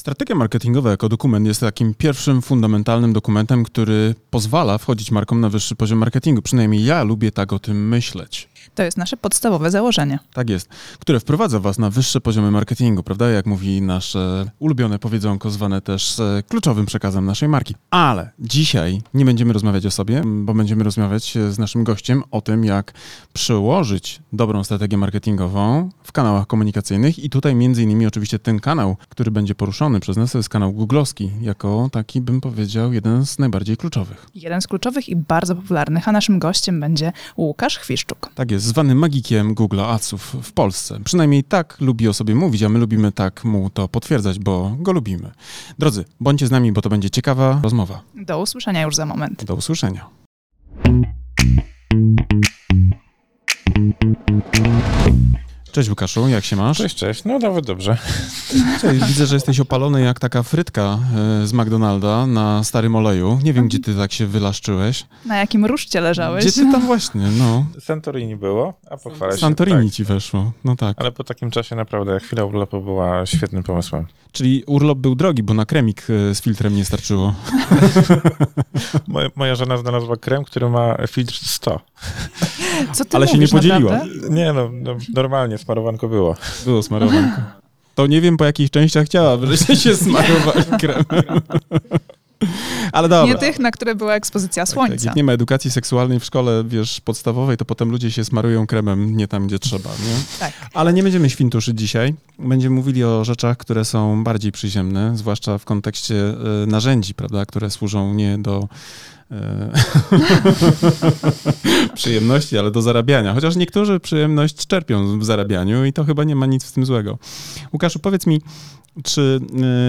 Strategia marketingowa jako dokument jest takim pierwszym fundamentalnym dokumentem, który pozwala wchodzić markom na wyższy poziom marketingu. Przynajmniej ja lubię tak o tym myśleć. To jest nasze podstawowe założenie. Tak jest, które wprowadza was na wyższe poziomy marketingu, prawda? Jak mówi nasze ulubione powiedzonko, zwane też kluczowym przekazem naszej marki. Ale dzisiaj nie będziemy rozmawiać o sobie, bo będziemy rozmawiać z naszym gościem o tym, jak przełożyć dobrą strategię marketingową w kanałach komunikacyjnych i tutaj między innymi oczywiście ten kanał, który będzie poruszony przez nas, to jest kanał googlowski, jako taki, bym powiedział, jeden z najbardziej kluczowych. Jeden z kluczowych i bardzo popularnych, a naszym gościem będzie Łukasz Chwiszczuk. Tak jest, zwany magikiem Google Adsów w Polsce. Przynajmniej tak lubi o sobie mówić, a my lubimy tak mu to potwierdzać, bo go lubimy. Drodzy, bądźcie z nami, bo to będzie ciekawa rozmowa. Do usłyszenia już za moment. Do usłyszenia. Cześć Łukaszu, jak się masz? Cześć, no nawet dobrze. Cześć, widzę, że jesteś opalony jak taka frytka z McDonalda na starym oleju. Nie wiem, gdzie ty tak się wylaszczyłeś. Na jakim ruszcie leżałeś? Gdzie ty tam właśnie, no. Santorini było, a pochwalę się. Santorini tak. ci weszło, no tak. Ale po takim czasie naprawdę chwila urlopu była świetnym pomysłem. Czyli urlop był drogi, bo na kremik z filtrem nie starczyło. Moja żona znalazła krem, który ma filtr 100. Co ty Ale się nie podzieliła. Naprawdę? Nie no, normalnie smarowanko było. Było smarowanko. To nie wiem, po jakich częściach ciała, żeście się smarowali kremem. Ale dobra. Nie tych, na które była ekspozycja słońca. Tak, jak nie ma edukacji seksualnej w szkole, wiesz, podstawowej, to potem ludzie się smarują kremem nie tam, gdzie trzeba, nie? Tak. Ale nie będziemy świntuszyć dzisiaj. Będziemy mówili o rzeczach, które są bardziej przyziemne, zwłaszcza w kontekście narzędzi, prawda, które służą nie do przyjemności, ale do zarabiania. Chociaż niektórzy przyjemność czerpią w zarabianiu i to chyba nie ma nic w tym złego. Łukaszu, powiedz mi, czy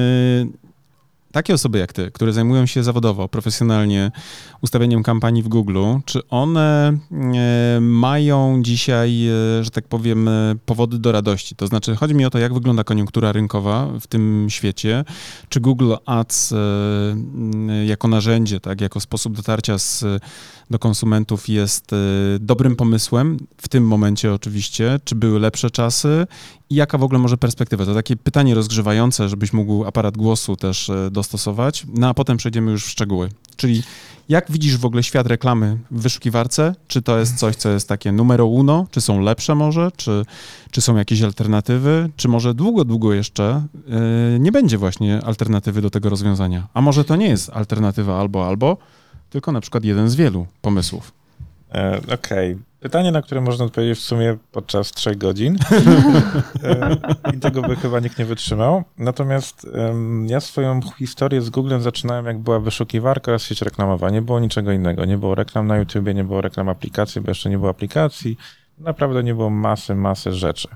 takie osoby jak ty, które zajmują się zawodowo, profesjonalnie ustawianiem kampanii w Google, czy one mają dzisiaj, że tak powiem, powody do radości? To znaczy, chodzi mi o to, jak wygląda koniunktura rynkowa w tym świecie. Czy Google Ads jako narzędzie, tak, jako sposób dotarcia do konsumentów jest dobrym pomysłem? W tym momencie oczywiście. Czy były lepsze czasy? I jaka w ogóle może perspektywa? To takie pytanie rozgrzewające, żebyś mógł aparat głosu też dostosować. No a potem przejdziemy już w szczegóły. Czyli jak widzisz w ogóle świat reklamy w wyszukiwarce? Czy to jest coś, co jest takie numero uno? Czy są lepsze może? Czy są jakieś alternatywy? Czy może długo jeszcze nie będzie właśnie alternatywy do tego rozwiązania? A może to nie jest alternatywa albo, tylko na przykład jeden z wielu pomysłów? Okej. Pytanie, na które można odpowiedzieć w sumie podczas 3 godzin. I tego by chyba nikt nie wytrzymał. Natomiast ja swoją historię z Googlem zaczynałem, jak była wyszukiwarka oraz sieć reklamowa. Nie było niczego innego. Nie było reklam na YouTubie, nie było reklam aplikacji, bo jeszcze nie było aplikacji. Naprawdę nie było masy rzeczy.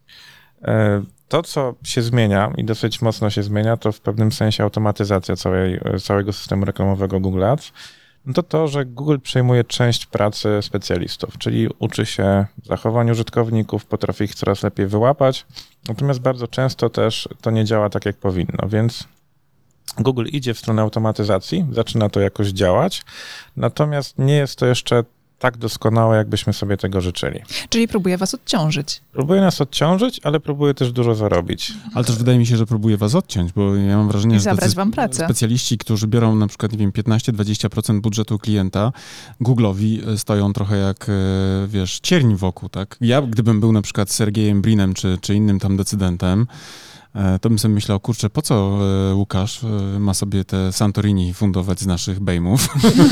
To, co się zmienia i dosyć mocno się zmienia, to w pewnym sensie automatyzacja całego systemu reklamowego Google Ads. No to, że Google przejmuje część pracy specjalistów, czyli uczy się zachowań użytkowników, potrafi ich coraz lepiej wyłapać, natomiast bardzo często też to nie działa tak, jak powinno, więc Google idzie w stronę automatyzacji, zaczyna to jakoś działać, natomiast nie jest to jeszcze tak doskonałe, jakbyśmy sobie tego życzyli. Czyli próbuje was odciążyć. Próbuje nas odciążyć, ale próbuje też dużo zarobić. Ale też wydaje mi się, że próbuje was odciąć, bo ja mam wrażenie, I że zabrać wam pracę. Specjaliści, którzy biorą na przykład, nie wiem, 15-20% budżetu klienta, Google'owi stoją trochę jak, wiesz, cierń wokół, tak? Ja, gdybym był na przykład Sergejem Brinem czy innym tam decydentem, to bym sobie myślał, kurczę, po co Łukasz ma sobie te Santorini fundować z naszych bejmów,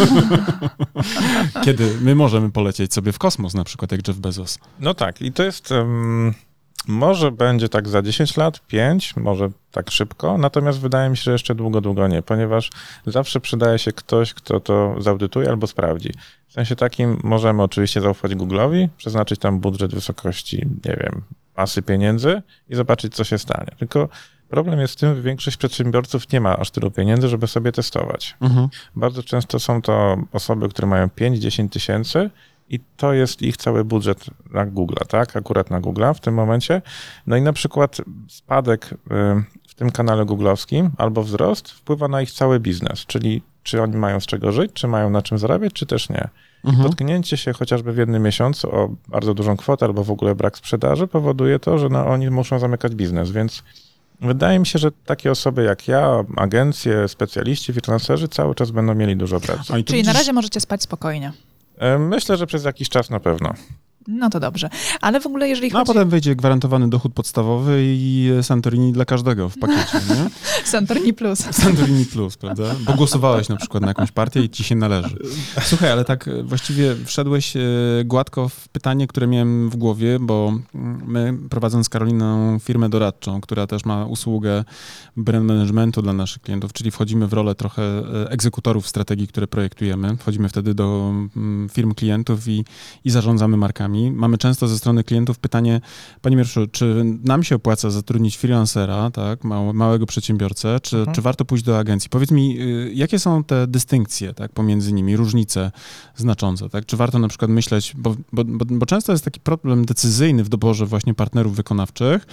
kiedy my możemy polecieć sobie w kosmos, na przykład jak Jeff Bezos. No tak, i to jest, może będzie tak za 10 lat, 5, może tak szybko, natomiast wydaje mi się, że jeszcze długo nie, ponieważ zawsze przydaje się ktoś, kto to zaudytuje albo sprawdzi. W sensie takim możemy oczywiście zaufać Google'owi, przeznaczyć tam budżet w wysokości, nie wiem, masy pieniędzy i zobaczyć, co się stanie. Tylko problem jest w tym, że większość przedsiębiorców nie ma aż tylu pieniędzy, żeby sobie testować. Bardzo często są to osoby, które mają 5-10 tysięcy i to jest ich cały budżet na Google, tak? Akurat na Google w tym momencie. No i na przykład spadek w tym kanale googlowskim albo wzrost wpływa na ich cały biznes, czyli czy oni mają z czego żyć, czy mają na czym zarabiać, czy też nie. I potknięcie się chociażby w jednym miesiącu o bardzo dużą kwotę albo w ogóle brak sprzedaży powoduje to, że oni muszą zamykać biznes, więc Wydaje mi się, że takie osoby jak ja, agencje, specjaliści, freelancerzy cały czas będą mieli dużo pracy. Czyli na razie możecie spać spokojnie. Myślę, że przez jakiś czas na pewno. No to dobrze. Ale w ogóle jeżeli No a chodzi... potem wejdzie gwarantowany dochód podstawowy i Santorini dla każdego w pakiecie, nie? Santorini Plus. Santorini Plus, prawda? Bo głosowałeś na przykład na jakąś partię i ci się należy. Słuchaj, ale tak właściwie wszedłeś gładko w pytanie, które miałem w głowie, bo my prowadząc z Karoliną firmę doradczą, która też ma usługę brand managementu dla naszych klientów, czyli wchodzimy w rolę trochę egzekutorów strategii, które projektujemy. Wchodzimy wtedy do firm klientów i zarządzamy markami. Mamy często ze strony klientów pytanie, panie Mariuszu, czy nam się opłaca zatrudnić freelancera, tak, małego przedsiębiorcę, czy warto pójść do agencji? Powiedz mi, jakie są te dystynkcje, tak, pomiędzy nimi, różnice znaczące, tak? Czy warto na przykład myśleć, bo często jest taki problem decyzyjny w doborze właśnie partnerów wykonawczych,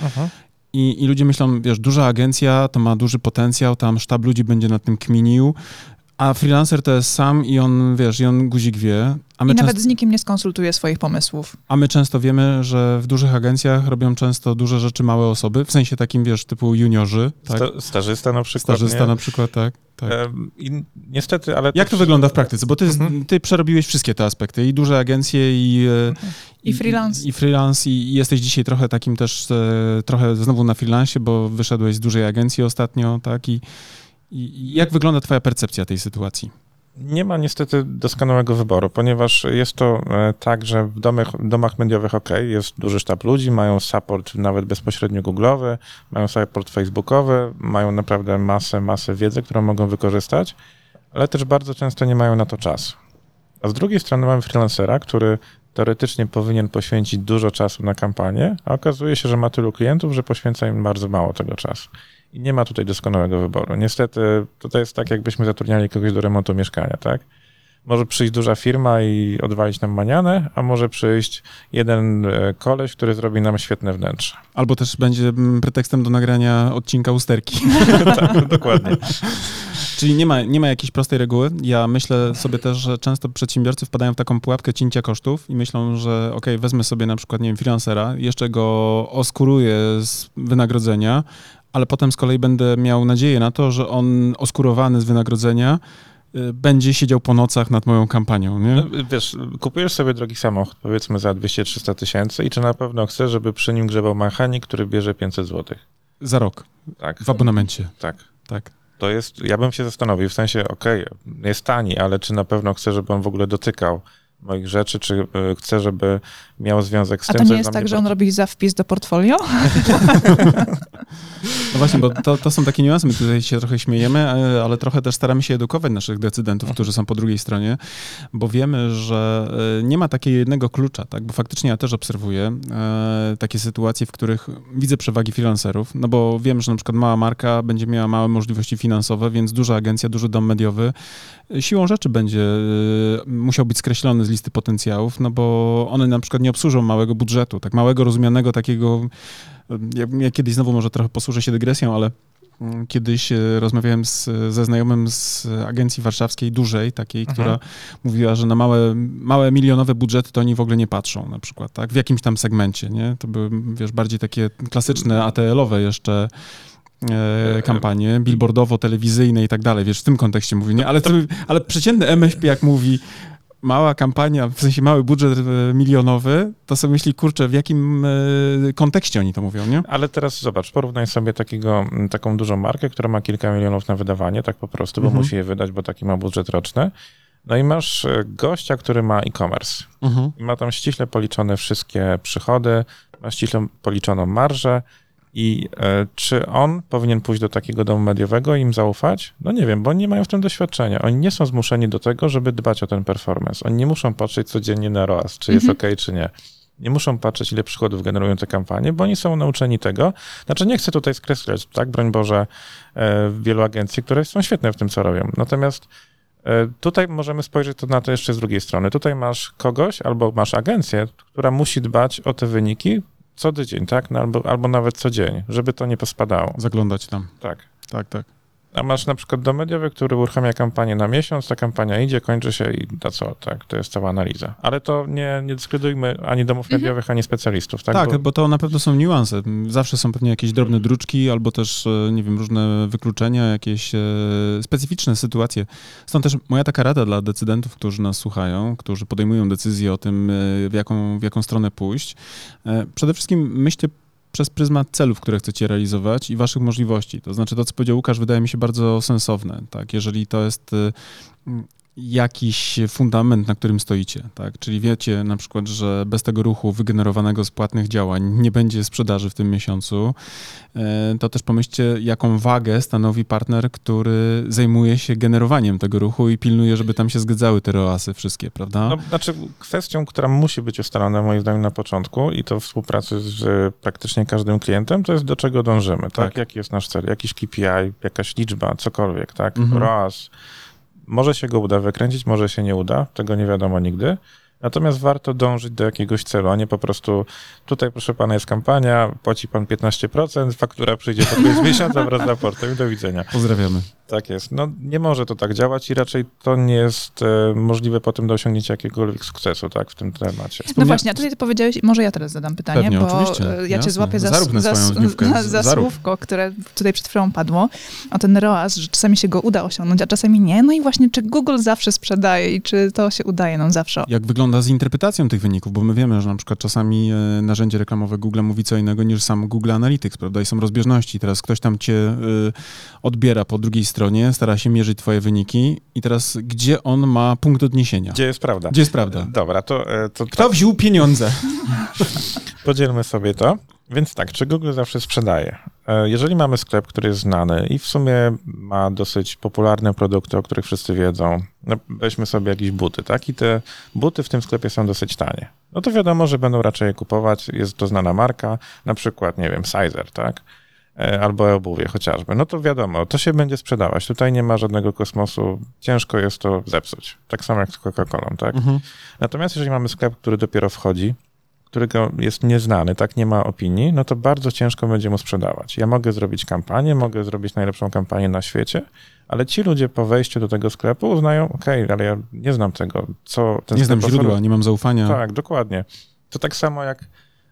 i ludzie myślą, wiesz, duża agencja to ma duży potencjał, tam sztab ludzi będzie nad tym kminił, a freelancer to jest sam i on, wiesz, i on guzik wie. Nawet z nikim nie skonsultuje swoich pomysłów. A my często wiemy, że w dużych agencjach robią często duże rzeczy małe osoby, w sensie takim, wiesz, typu juniorzy. Tak? Stażysta na przykład. Stażysta na przykład, tak. I niestety, ale... Jak to wygląda w praktyce? Bo ty przerobiłeś wszystkie te aspekty, i duże agencje, i freelance. I freelance, i jesteś dzisiaj trochę takim też, trochę znowu na freelancie, bo wyszedłeś z dużej agencji ostatnio, tak? I jak wygląda twoja percepcja tej sytuacji? Nie ma niestety doskonałego wyboru, ponieważ jest to tak, że w domach mediowych jest duży sztab ludzi, mają support nawet bezpośrednio google'owy, mają support facebookowy, mają naprawdę masę wiedzy, którą mogą wykorzystać, ale też bardzo często nie mają na to czasu. A z drugiej strony mamy freelancera, który teoretycznie powinien poświęcić dużo czasu na kampanię, a okazuje się, że ma tylu klientów, że poświęca im bardzo mało tego czasu. I nie ma tutaj doskonałego wyboru. Niestety to jest tak, jakbyśmy zatrudniali kogoś do remontu mieszkania, tak? Może przyjść duża firma i odwalić nam manianę, a może przyjść jeden koleś, który zrobi nam świetne wnętrze. Albo też będzie pretekstem do nagrania odcinka usterki. Tak, dokładnie. Czyli nie ma jakiejś prostej reguły. Ja myślę sobie też, że często przedsiębiorcy wpadają w taką pułapkę cięcia kosztów i myślą, że wezmę sobie na przykład, nie wiem, freelancera, jeszcze go oskuruję z wynagrodzenia, ale potem z kolei będę miał nadzieję na to, że on oskurowany z wynagrodzenia będzie siedział po nocach nad moją kampanią, nie? No, wiesz, kupujesz sobie drogi samochód, powiedzmy za 200-300 tysięcy i czy na pewno chcesz, żeby przy nim grzebał mechanik, który bierze 500 zł? Za rok. Tak. W abonamencie. Tak. To jest, ja bym się zastanowił, w sensie, jest tani, ale czy na pewno chcę, żeby on w ogóle dotykał moich rzeczy, czy chcę, żeby miał związek z tym, co jest. A to nie jest tak, że on robi za wpis do portfolio? No właśnie, bo to są takie niuanse, my tutaj się trochę śmiejemy, ale trochę też staramy się edukować naszych decydentów, którzy są po drugiej stronie, bo wiemy, że nie ma takiego jednego klucza, tak? Bo faktycznie ja też obserwuję takie sytuacje, w których widzę przewagi freelancerów, no bo wiem, że na przykład mała marka będzie miała małe możliwości finansowe, więc duża agencja, duży dom mediowy siłą rzeczy będzie musiał być skreślony z listy potencjałów, no bo one na przykład nie obsłużą małego budżetu, tak małego, rozumianego takiego. Ja kiedyś znowu może trochę posłużę się dygresją, ale kiedyś rozmawiałem ze znajomym z agencji warszawskiej, dużej takiej, która mówiła, że na małe milionowe budżety to oni w ogóle nie patrzą na przykład, tak? W jakimś tam segmencie, nie? To były, wiesz, bardziej takie klasyczne ATL-owe jeszcze kampanie, billboardowo-telewizyjne i tak dalej, wiesz, w tym kontekście mówi, nie? Ale przeciętny MŚP jak mówi mała kampania, w sensie mały budżet milionowy, to sobie myśli, kurczę, w jakim kontekście oni to mówią, nie? Ale teraz zobacz, porównaj sobie taką dużą markę, która ma kilka milionów na wydawanie, tak po prostu, bo musi je wydać, bo taki ma budżet roczny. No i masz gościa, który ma e-commerce. I ma tam ściśle policzone wszystkie przychody, ma ściśle policzoną marżę. I czy on powinien pójść do takiego domu mediowego i im zaufać? No nie wiem, bo oni nie mają w tym doświadczenia. Oni nie są zmuszeni do tego, żeby dbać o ten performance. Oni nie muszą patrzeć codziennie na ROAS, czy jest okej, czy nie. Nie muszą patrzeć, ile przychodów generują te kampanie, bo oni są nauczeni tego. Znaczy nie chcę tutaj skreślać, tak, broń Boże, wielu agencji, które są świetne w tym, co robią. Natomiast tutaj możemy spojrzeć na to jeszcze z drugiej strony. Tutaj masz kogoś albo masz agencję, która musi dbać o te wyniki co tydzień, tak? No, albo nawet co dzień, żeby to nie pospadało. Zaglądać tam. Tak. Tak. A masz na przykład dom mediowy, który uruchamia kampanię na miesiąc, ta kampania idzie, kończy się i da co, tak, to jest cała analiza. Ale to nie dyskredujmy ani domów mediowych, ani specjalistów, tak? Tak, bo to na pewno są niuanse. Zawsze są pewnie jakieś drobne druczki, albo też, nie wiem, różne wykluczenia, jakieś specyficzne sytuacje. Stąd też moja taka rada dla decydentów, którzy nas słuchają, którzy podejmują decyzję o tym, w jaką stronę pójść. Przede wszystkim myślcie przez pryzmat celów, które chcecie realizować i waszych możliwości. To znaczy to, co powiedział Łukasz, wydaje mi się bardzo sensowne. Tak? Jeżeli to jest jakiś fundament, na którym stoicie, tak? Czyli wiecie na przykład, że bez tego ruchu wygenerowanego z płatnych działań nie będzie sprzedaży w tym miesiącu, to też pomyślcie, jaką wagę stanowi partner, który zajmuje się generowaniem tego ruchu i pilnuje, żeby tam się zgadzały te ROAS-y wszystkie, prawda? No, znaczy kwestią, która musi być ustalona moim zdaniem na początku i to w współpracy z praktycznie każdym klientem, to jest do czego dążymy, tak? Jaki jest nasz cel, jakiś KPI, jakaś liczba, cokolwiek, tak? ROAS. Może się go uda wykręcić, może się nie uda, tego nie wiadomo nigdy. Natomiast warto dążyć do jakiegoś celu, a nie po prostu tutaj, proszę pana, jest kampania, płaci pan 15%, faktura przyjdzie po 5 miesiąca wraz z raportem i do widzenia. Pozdrawiamy. Tak jest. No nie może to tak działać i raczej to nie jest możliwe potem do osiągnięcia jakiegoś sukcesu, tak, w tym temacie. No właśnie, a tutaj ty powiedziałeś, może ja teraz zadam pytanie, Pewnie, bo oczywiście, ja cię jasne. złapię za Zarób. słówko, które tutaj przed chwilą padło, o ten ROAS, że czasami się go uda osiągnąć, a czasami nie. No i właśnie, czy Google zawsze sprzedaje i czy to się udaje nam zawsze? Jak wygląda z interpretacją tych wyników, bo my wiemy, że na przykład czasami narzędzie reklamowe Google mówi co innego niż sam Google Analytics, prawda? I są rozbieżności. Teraz ktoś tam cię odbiera po drugiej stronie, stara się mierzyć twoje wyniki i teraz gdzie on ma punkt odniesienia? Gdzie jest prawda? Gdzie jest prawda? Dobra, to Kto wziął pieniądze? Podzielmy sobie to. Więc tak, czy Google zawsze sprzedaje? Jeżeli mamy sklep, który jest znany i w sumie ma dosyć popularne produkty, o których wszyscy wiedzą, no weźmy sobie jakieś buty, tak? I te buty w tym sklepie są dosyć tanie. No to wiadomo, że będą raczej je kupować, jest to znana marka, na przykład, nie wiem, Sizer, tak? Albo obuwie chociażby. No to wiadomo, to się będzie sprzedawać. Tutaj nie ma żadnego kosmosu, ciężko jest to zepsuć. Tak samo jak z Coca-Colą, tak? Natomiast jeżeli mamy sklep, który dopiero wchodzi, którego jest nieznany, tak, nie ma opinii, no to bardzo ciężko będzie mu sprzedawać. Ja mogę zrobić kampanię, mogę zrobić najlepszą kampanię na świecie, ale ci ludzie po wejściu do tego sklepu uznają, okej, ale ja nie znam tego, co ten Nie sklep znam źródła, nie mam zaufania. Tak, dokładnie. To tak samo jak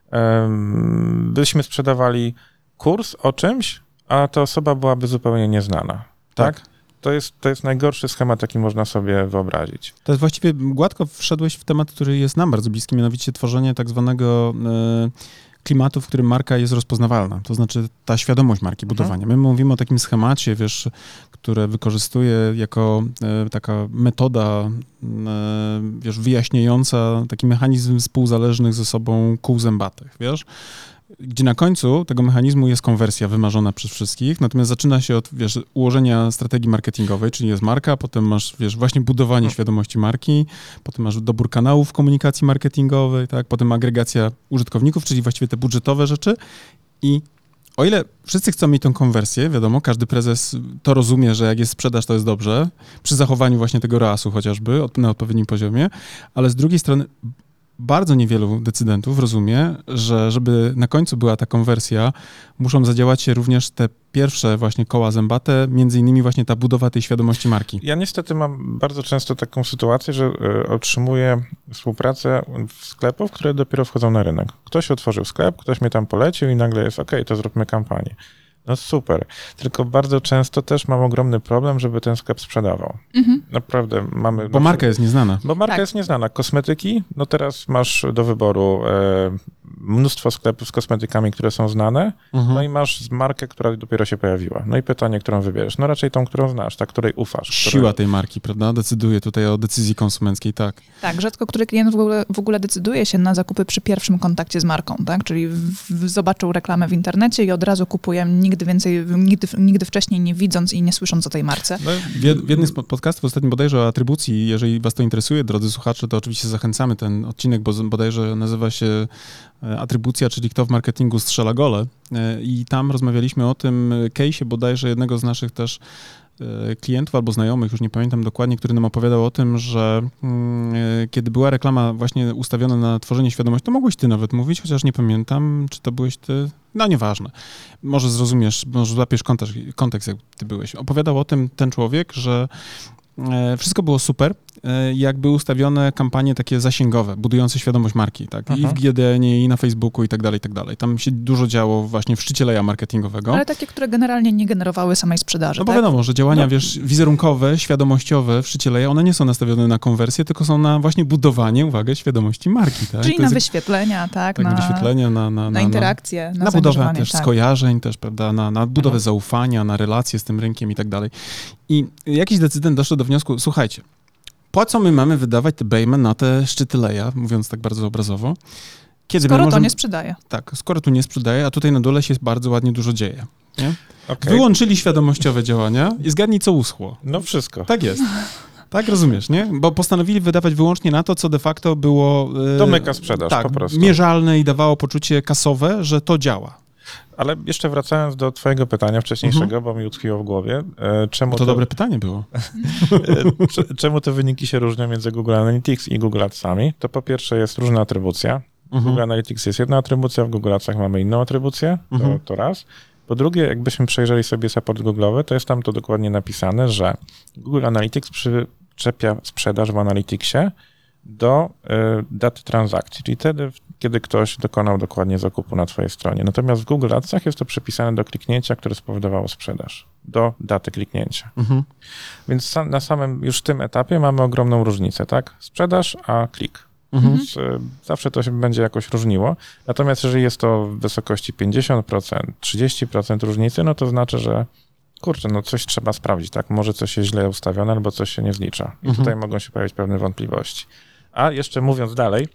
byśmy sprzedawali kurs o czymś, a ta osoba byłaby zupełnie nieznana. Tak? To jest najgorszy schemat, jaki można sobie wyobrazić. To jest właściwie gładko wszedłeś w temat, który jest nam bardzo bliski, mianowicie tworzenie tak zwanego klimatu, w którym marka jest rozpoznawalna. To znaczy ta świadomość marki, budowania. My mówimy o takim schemacie, wiesz, które wykorzystuje jako taka metoda, wiesz, wyjaśniająca taki mechanizm współzależnych ze sobą kół zębatych, wiesz? Gdzie na końcu tego mechanizmu jest konwersja wymarzona przez wszystkich, natomiast zaczyna się od, wiesz, ułożenia strategii marketingowej, czyli jest marka, potem masz, wiesz, właśnie budowanie świadomości marki, potem masz dobór kanałów komunikacji marketingowej, tak, potem agregacja użytkowników, czyli właściwie te budżetowe rzeczy i o ile wszyscy chcą mieć tą konwersję, wiadomo, każdy prezes to rozumie, że jak jest sprzedaż, to jest dobrze, przy zachowaniu właśnie tego ROAS-u chociażby na odpowiednim poziomie, ale z drugiej strony bardzo niewielu decydentów rozumie, że żeby na końcu była ta konwersja, muszą zadziałać się również te pierwsze właśnie koła zębate, między innymi właśnie ta budowa tej świadomości marki. Ja niestety mam bardzo często taką sytuację, że otrzymuję współpracę w sklepów, które dopiero wchodzą na rynek. Ktoś otworzył sklep, ktoś mnie tam polecił i nagle jest okej, to zróbmy kampanię. No super, tylko bardzo często też mam ogromny problem, żeby ten sklep sprzedawał. Naprawdę mamy... Bo marka jest nieznana. Bo marka jest nieznana. Kosmetyki, no teraz masz do wyboru mnóstwo sklepów z kosmetykami, które są znane, no i masz markę, która dopiero się pojawiła. No i pytanie, którą wybierzesz? No raczej tą, którą znasz, ta, której ufasz. Siła tej marki, prawda? Decyduje tutaj o decyzji konsumenckiej, tak. Tak, rzadko który klient w ogóle decyduje się na zakupy przy pierwszym kontakcie z marką, tak? Czyli zobaczył reklamę w internecie i od razu kupuje, nigdy wcześniej nie widząc i nie słysząc o tej marce. No, w jednym z podcastów ostatnim bodajże o atrybucji, jeżeli was to interesuje, drodzy słuchacze, to oczywiście zachęcamy. Ten odcinek, bo bodajże nazywa się Atrybucja, czyli kto w marketingu strzela gole. I tam rozmawialiśmy o tym case'ie bodajże jednego z naszych też klientów albo znajomych, już nie pamiętam dokładnie, który nam opowiadał o tym, że kiedy była reklama właśnie ustawiona na tworzenie świadomości, to mogłeś ty nawet mówić, chociaż nie pamiętam, czy to byłeś ty. No nieważne. Może zrozumiesz, może złapiesz kontekst, jak ty byłeś. Opowiadał o tym ten człowiek, że wszystko było super, jak były ustawione kampanie takie zasięgowe, budujące świadomość marki, tak? I w GDN-ie, i na Facebooku, i tak dalej, i tak dalej. Tam się dużo działo właśnie w szczycie leja marketingowego. Ale takie, które generalnie nie generowały samej sprzedaży, No bo tak? wiadomo, że działania, wizerunkowe, świadomościowe w szczycie leja, one nie są nastawione na konwersję, tylko są na właśnie budowanie, uwagę, świadomości marki, tak? Czyli to na wyświetlenia, tak? Tak, na wyświetlenia, na interakcje, na budowę też tak. skojarzeń też, prawda, na budowę zaufania, na relacje z tym rynkiem i tak dalej. I jakiś decydent doszedł do wniosku, słuchajcie, po co my mamy wydawać te bejmy na te szczyty leja, mówiąc tak bardzo obrazowo, kiedy skoro my możemy, to nie sprzedaje. Tak, skoro tu nie sprzedaje, a tutaj na dole się bardzo ładnie dużo dzieje. Nie? Okay. Wyłączyli świadomościowe działania i zgadnij, co uschło. No wszystko. Tak jest. Tak, rozumiesz, nie? Bo postanowili wydawać wyłącznie na to, co de facto było... Domyka sprzedaż, po prostu. Mierzalne i dawało poczucie kasowe, że to działa. Ale jeszcze wracając do twojego pytania wcześniejszego, bo mi utkwiło w głowie. Czemu to dobre pytanie było. Czemu te wyniki się różnią między Google Analytics i Google Adsami? To po pierwsze jest różna atrybucja. W Google Analytics jest jedna atrybucja, w Google Adsach mamy inną atrybucję, to raz. Po drugie, jakbyśmy przejrzeli sobie support Google'owy, to jest tam to dokładnie napisane, że Google Analytics przyczepia sprzedaż w Analyticsie do daty transakcji, czyli wtedy, kiedy ktoś dokonał dokładnie zakupu na twojej stronie. Natomiast w Google Adsach jest to przypisane do kliknięcia, które spowodowało sprzedaż, do daty kliknięcia. Więc na samym już tym etapie mamy ogromną różnicę, tak? Sprzedaż, a klik. Więc zawsze to się będzie jakoś różniło. Natomiast jeżeli jest to w wysokości 50%, 30% różnicy, no to znaczy, że kurczę, no coś trzeba sprawdzić, tak? Może coś jest źle ustawione, albo coś się nie zlicza. I tutaj mogą się pojawić pewne wątpliwości. A jeszcze mówiąc dalej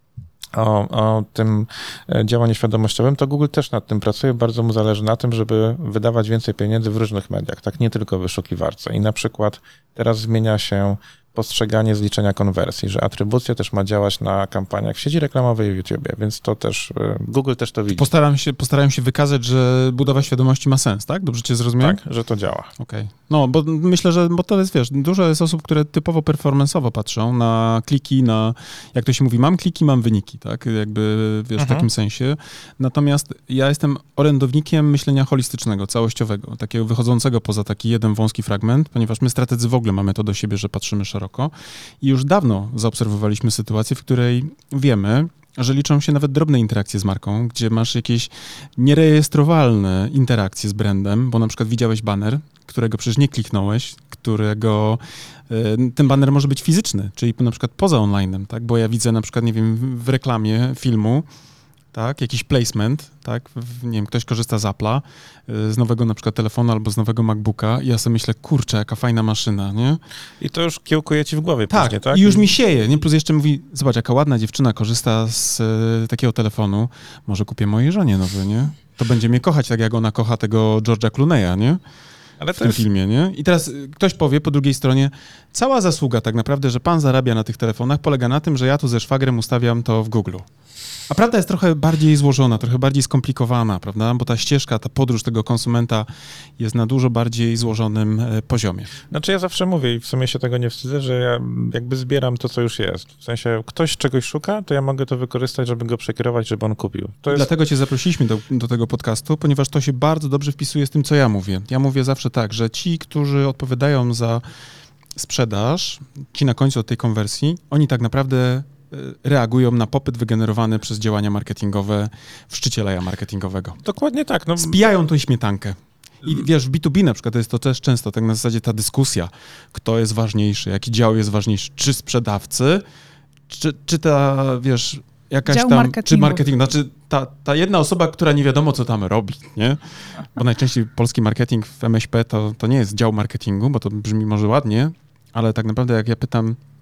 o tym działaniu świadomościowym, to Google też nad tym pracuje. Bardzo mu zależy na tym, żeby wydawać więcej pieniędzy w różnych mediach, tak? Nie tylko w wyszukiwarce. I na przykład teraz zmienia się postrzeganie zliczenia konwersji, że atrybucja też ma działać na kampaniach w sieci reklamowej w YouTubie, więc to też, Google też to widzi. Postarałem się wykazać, że budowa świadomości ma sens, tak? Dobrze cię zrozumiałem? Tak, że to działa. Okej. No, bo myślę, że bo to jest, wiesz, dużo jest osób, które typowo performance'owo patrzą na kliki, na, jak to się mówi, mam kliki, mam wyniki, tak? Jakby, wiesz, w takim sensie. Natomiast ja jestem orędownikiem myślenia holistycznego, całościowego, takiego wychodzącego poza taki jeden wąski fragment, ponieważ my strategzy w ogóle mamy to do siebie, że patrzymy szeroko. I już dawno zaobserwowaliśmy sytuację, w której wiemy, że liczą się nawet drobne interakcje z marką, gdzie masz jakieś nierejestrowalne interakcje z brandem, bo na przykład widziałeś baner, którego przecież nie kliknąłeś, ten baner może być fizyczny, czyli na przykład poza online'em, tak? Bo ja widzę na przykład, nie wiem, w reklamie filmu, tak, jakiś placement, tak, nie wiem, ktoś korzysta z Apple'a, z nowego na przykład telefonu albo z nowego MacBooka i ja sobie myślę, kurczę, jaka fajna maszyna, nie? I to już kiełkuje ci w głowie tak, później, tak? I już mi sieje, nie? Plus jeszcze mówi, zobacz, jaka ładna dziewczyna korzysta z takiego telefonu, może kupię mojej żonie nowy, nie? To będzie mnie kochać, tak jak ona kocha tego George'a Clooney'a, nie? Ale w tym filmie, nie? I teraz ktoś powie po drugiej stronie, cała zasługa tak naprawdę, że pan zarabia na tych telefonach, polega na tym, że ja tu ze szwagrem ustawiam to w Google. A prawda jest trochę bardziej złożona, trochę bardziej skomplikowana, prawda? Bo ta ścieżka, ta podróż tego konsumenta jest na dużo bardziej złożonym poziomie. Znaczy ja zawsze mówię i w sumie się tego nie wstydzę, że ja jakby zbieram to, co już jest. W sensie ktoś czegoś szuka, to ja mogę to wykorzystać, żeby go przekierować, żeby on kupił. Dlatego cię zaprosiliśmy do tego podcastu, ponieważ to się bardzo dobrze wpisuje z tym, co ja mówię. Ja mówię zawsze tak, że ci, którzy odpowiadają za sprzedaż, ci na końcu od tej konwersji, oni tak naprawdę reagują na popyt wygenerowany przez działania marketingowe w szczycie leja marketingowego. Dokładnie tak. No. Spijają tą śmietankę. I wiesz, w B2B na przykład to jest to też często tak na zasadzie ta dyskusja, kto jest ważniejszy, jaki dział jest ważniejszy, czy sprzedawcy, czy ta, wiesz, jakaś dział tam, marketingu. czy marketing, znaczy ta jedna osoba, która nie wiadomo, co tam robi, nie? Bo najczęściej polski marketing w MŚP to nie jest dział marketingu, bo to brzmi może ładnie, ale tak naprawdę jak ja pytam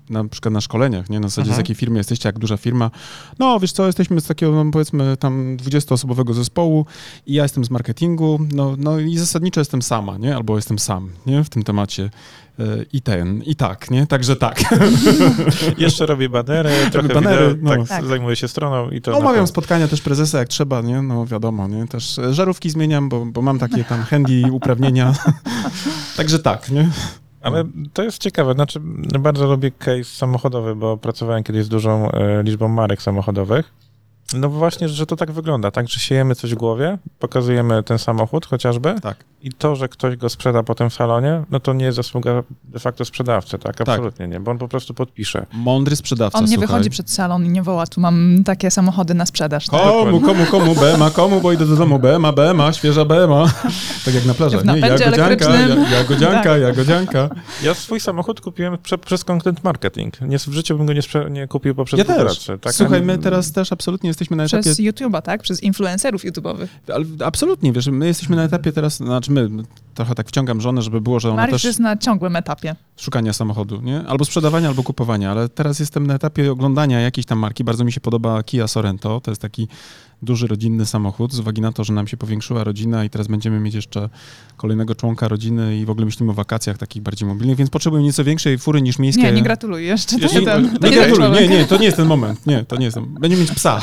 na przykład na szkoleniach, nie? Na zasadzie z jakiej firmy jesteście, jak duża firma. No, wiesz co, jesteśmy z takiego, no, powiedzmy, tam 20-osobowego zespołu i ja jestem z marketingu, no i zasadniczo jestem sama, nie? Albo jestem sam, nie? W tym temacie. I tak, nie? Także tak. Jeszcze robię banery, trochę banery, wideo, no. tak, zajmuję się stroną i to... Omawiam spotkania też prezesa, jak trzeba, nie? No wiadomo, nie? Też żarówki zmieniam, bo mam takie tam handy uprawnienia. Także tak, nie? Ale to jest ciekawe, znaczy bardzo lubię case samochodowy, bo pracowałem kiedyś z dużą liczbą marek samochodowych. No właśnie, że to tak wygląda, tak, że siejemy coś w głowie, pokazujemy ten samochód chociażby Tak. i to, że ktoś go sprzeda potem w salonie, no to nie jest zasługa de facto sprzedawcy, tak? Absolutnie nie, bo on po prostu podpisze. Mądry sprzedawca, On nie słuchaj. wychodzi przed salon i nie woła, tu mam takie samochody na sprzedaż. Tak? Komu, BMA, komu, bo idę do domu, BMA, świeża BMA. Tak jak na plażach, W nie? napędzie Jagodzianka, elektrycznym. jagodzianka. Ja swój samochód kupiłem przez content marketing. W życiu bym go nie kupił poprzez Ja też. współpracę. Tak? Słuchaj, my teraz też absolutnie jesteśmy na etapie... Przez YouTube'a, tak? Przez influencerów YouTube'owych. Ale absolutnie, wiesz, my jesteśmy na etapie teraz, znaczy my, trochę tak wciągam żonę, żeby było, że ona Mariusz też jest na ciągłym etapie. szukania samochodu, nie? Albo sprzedawania, albo kupowania, ale teraz jestem na etapie oglądania jakiejś tam marki. Bardzo mi się podoba Kia Sorento, to jest taki duży rodzinny samochód, z uwagi na to, że nam się powiększyła rodzina i teraz będziemy mieć jeszcze kolejnego członka rodziny i w ogóle myślimy o wakacjach takich bardziej mobilnych, więc potrzebuję nieco większej fury niż miejskie. Nie gratuluję jeszcze. Nie gratuluję, to nie jest ten moment. Nie, to nie jest ten. Będziemy mieć psa.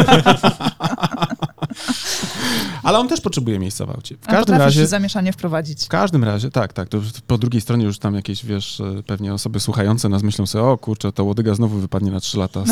Ale on też potrzebuje miejsca w aucie. W każdym razie zamieszanie wprowadzić. W każdym razie, tak, to już po drugiej stronie już tam jakieś, wiesz, pewnie osoby słuchające nas myślą sobie, o kurczę, to łodyga znowu wypadnie na 3 lata.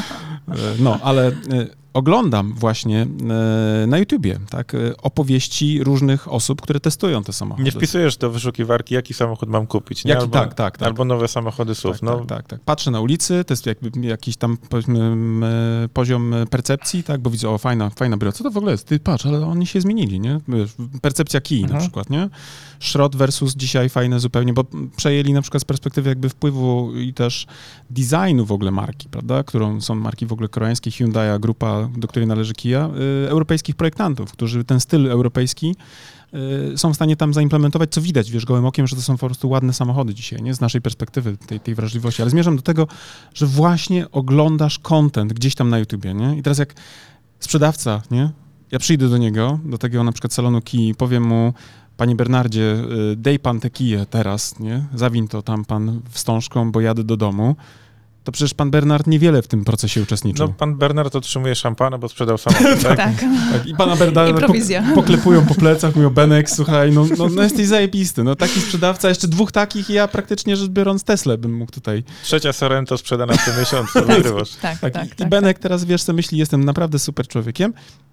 No, ale oglądam właśnie na YouTubie, tak, opowieści różnych osób, które testują te samochody. Nie wpisujesz do wyszukiwarki, jaki samochód mam kupić, nie? Tak. Albo nowe samochody SUV. Tak. Patrzę na ulicy, to jest jakby jakiś tam, powiedzmy, poziom percepcji, tak, bo widzę, o, fajna bryła. Co to w ogóle jest? Ty patrz, ale oni się zmienili, nie? Percepcja kij na przykład, nie? Szrot versus dzisiaj fajne zupełnie, bo przejęli na przykład z perspektywy jakby wpływu i też designu w ogóle marki, prawda, którą są marki w ogóle koreańskie, Hyundai, grupa, do której należy Kia, europejskich projektantów, którzy ten styl europejski są w stanie tam zaimplementować, co widać, wiesz, gołym okiem, że to są po prostu ładne samochody dzisiaj, nie? Z naszej perspektywy, tej wrażliwości. Ale zmierzam do tego, że właśnie oglądasz content gdzieś tam na YouTubie, nie? I teraz jak sprzedawca, nie? Ja przyjdę do niego, do tego na przykład salonu Kii, powiem mu, panie Bernardzie, dej pan te kije teraz, nie? Zawiń to tam pan wstążką, bo jadę do domu. To przecież pan Bernard niewiele w tym procesie uczestniczył. No, pan Bernard otrzymuje szampana, bo sprzedał samochód, tak? Tak. I pana Bernarda poklepują po plecach, mówią, Benek, słuchaj, no jesteś zajebisty. No taki sprzedawca, jeszcze 2 takich i ja praktycznie rzecz biorąc Teslę bym mógł tutaj... 3 Sorento sprzedana w tym miesiącu, wygrywasz. I Benek teraz, wiesz co myśli, jestem naprawdę super człowiekiem.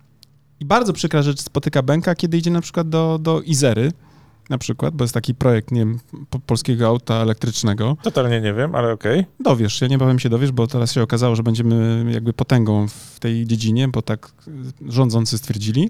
I bardzo przykra rzecz spotyka Benka, kiedy idzie na przykład do Izery, na przykład, bo jest taki projekt, nie wiem, polskiego auta elektrycznego. Totalnie nie wiem, ale okej. Dowiesz się, niebawem się dowiesz, bo teraz się okazało, że będziemy jakby potęgą w tej dziedzinie, bo tak rządzący stwierdzili.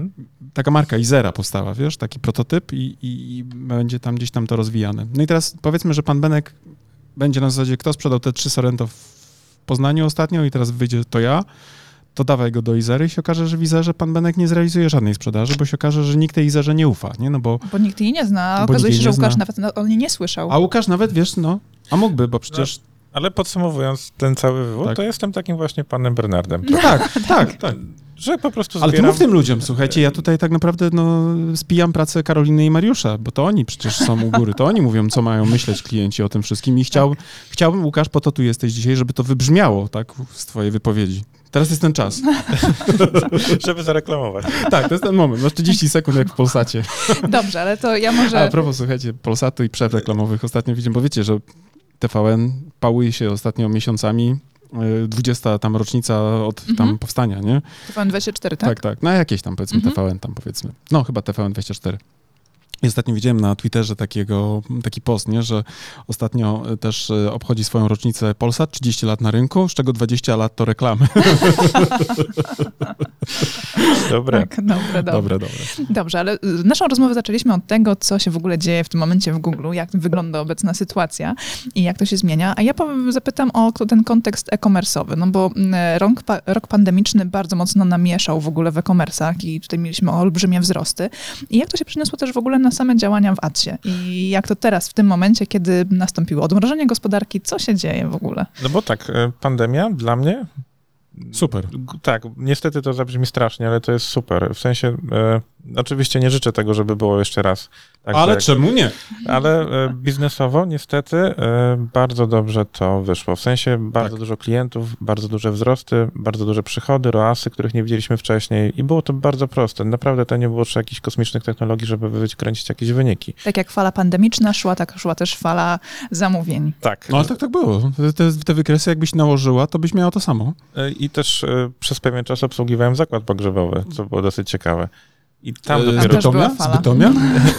Taka marka Izera powstała, wiesz, taki prototyp i będzie tam gdzieś tam to rozwijane. No i teraz powiedzmy, że pan Benek będzie na zasadzie, kto sprzedał te 3 Sorento w Poznaniu ostatnio i teraz wyjdzie to ja, to dawaj go do Izery i się okaże, że w Izerze pan Benek nie zrealizuje żadnej sprzedaży, bo się okaże, że nikt tej Izerze nie ufa, nie? No bo nikt jej nie zna, a okazuje się, że Łukasz nawet o niej nie słyszał. A Łukasz nawet, wiesz, a mógłby, bo przecież... Ale podsumowując ten cały wywód, to jestem takim właśnie panem Bernardem. No tak. Że po prostu Ale ty mów tym ludziom, słuchajcie, ja tutaj tak naprawdę spijam pracę Karoliny i Mariusza, bo to oni przecież są u góry, to oni mówią, co mają myśleć klienci o tym wszystkim i chciałbym, Łukasz, po to tu jesteś dzisiaj, żeby to wybrzmiało, tak, z twojej wypowiedzi. Teraz jest ten czas. Żeby zareklamować. Tak, to jest ten moment. Masz 30 sekund jak w Polsacie. Dobrze, ale to ja może... A propos, słuchajcie, Polsatu i przerw reklamowych ostatnio widzimy, bo wiecie, że TVN pałuje się ostatnio miesiącami, 20 tam rocznica od tam powstania, nie? TVN24, tak? Tak. No jakieś tam powiedzmy TVN tam powiedzmy. No chyba TVN24. I ostatnio widziałem na Twitterze taki post, nie, że ostatnio też obchodzi swoją rocznicę Polsat, 30 lat na rynku, z czego 20 lat to reklamy. Dobre. Tak, dobre. Dobre. Dobrze, ale naszą rozmowę zaczęliśmy od tego, co się w ogóle dzieje w tym momencie w Google, jak wygląda obecna sytuacja i jak to się zmienia. A ja zapytam o ten kontekst e-commerce'owy, no bo rok pandemiczny bardzo mocno namieszał w ogóle w e-commerce'ach i tutaj mieliśmy olbrzymie wzrosty. I jak to się przeniosło też w ogóle na same działania w AdSie? I jak to teraz, w tym momencie, kiedy nastąpiło odmrożenie gospodarki, co się dzieje w ogóle? No bo tak, pandemia dla mnie... Super. Tak, niestety to zabrzmi strasznie, ale to jest super. W sensie, oczywiście nie życzę tego, żeby było jeszcze raz. Tak, Ale tak. czemu nie? Ale biznesowo niestety bardzo dobrze to wyszło. W sensie bardzo dużo klientów, bardzo duże wzrosty, bardzo duże przychody, ROASy, których nie widzieliśmy wcześniej i było to bardzo proste. Naprawdę to nie było trzeba jakichś kosmicznych technologii, żeby wykręcić jakieś wyniki. Tak jak fala pandemiczna szła, tak szła też fala zamówień. Tak. No ale tak było. Te wykresy jakbyś nałożyła, to byś miała to samo. I też przez pewien czas obsługiwałem zakład pogrzebowy, co było dosyć ciekawe. I tam dopiero... też była fala. Z Bytomia?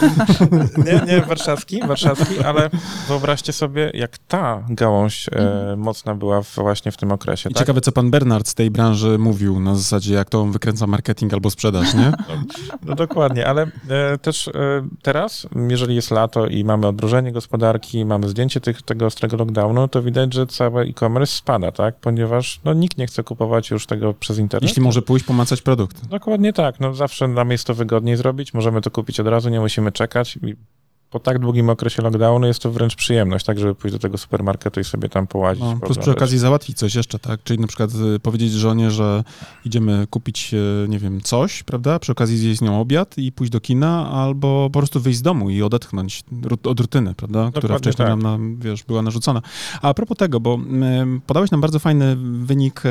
Nie, warszawski, ale wyobraźcie sobie, jak ta gałąź mocna była właśnie w tym okresie. I tak? ciekawe, co pan Bernard z tej branży mówił na zasadzie, jak to on wykręca marketing albo sprzedaż, nie? No dokładnie, ale też teraz, jeżeli jest lato i mamy odmrożenie gospodarki, mamy zdjęcie tego ostrego lockdownu, to widać, że cały e-commerce spada, tak? Ponieważ nikt nie chce kupować już tego przez internet. Jeśli może pójść, pomacać produkt. Dokładnie tak. Zawsze nam jest to wygodniej zrobić, możemy to kupić od razu, nie musimy czekać. I po tak długim okresie lockdownu jest to wręcz przyjemność, tak, żeby pójść do tego supermarketu i sobie tam połazić. No, plus przy okazji załatwić coś jeszcze, tak? Czyli na przykład powiedzieć żonie, że idziemy kupić, nie wiem, coś, prawda? Przy okazji zjeść z nią obiad i pójść do kina, albo po prostu wyjść z domu i odetchnąć od rutyny, prawda? Która Dokładnie wcześniej tak. nam, była narzucona. A propos tego, bo podałeś nam bardzo fajny wynik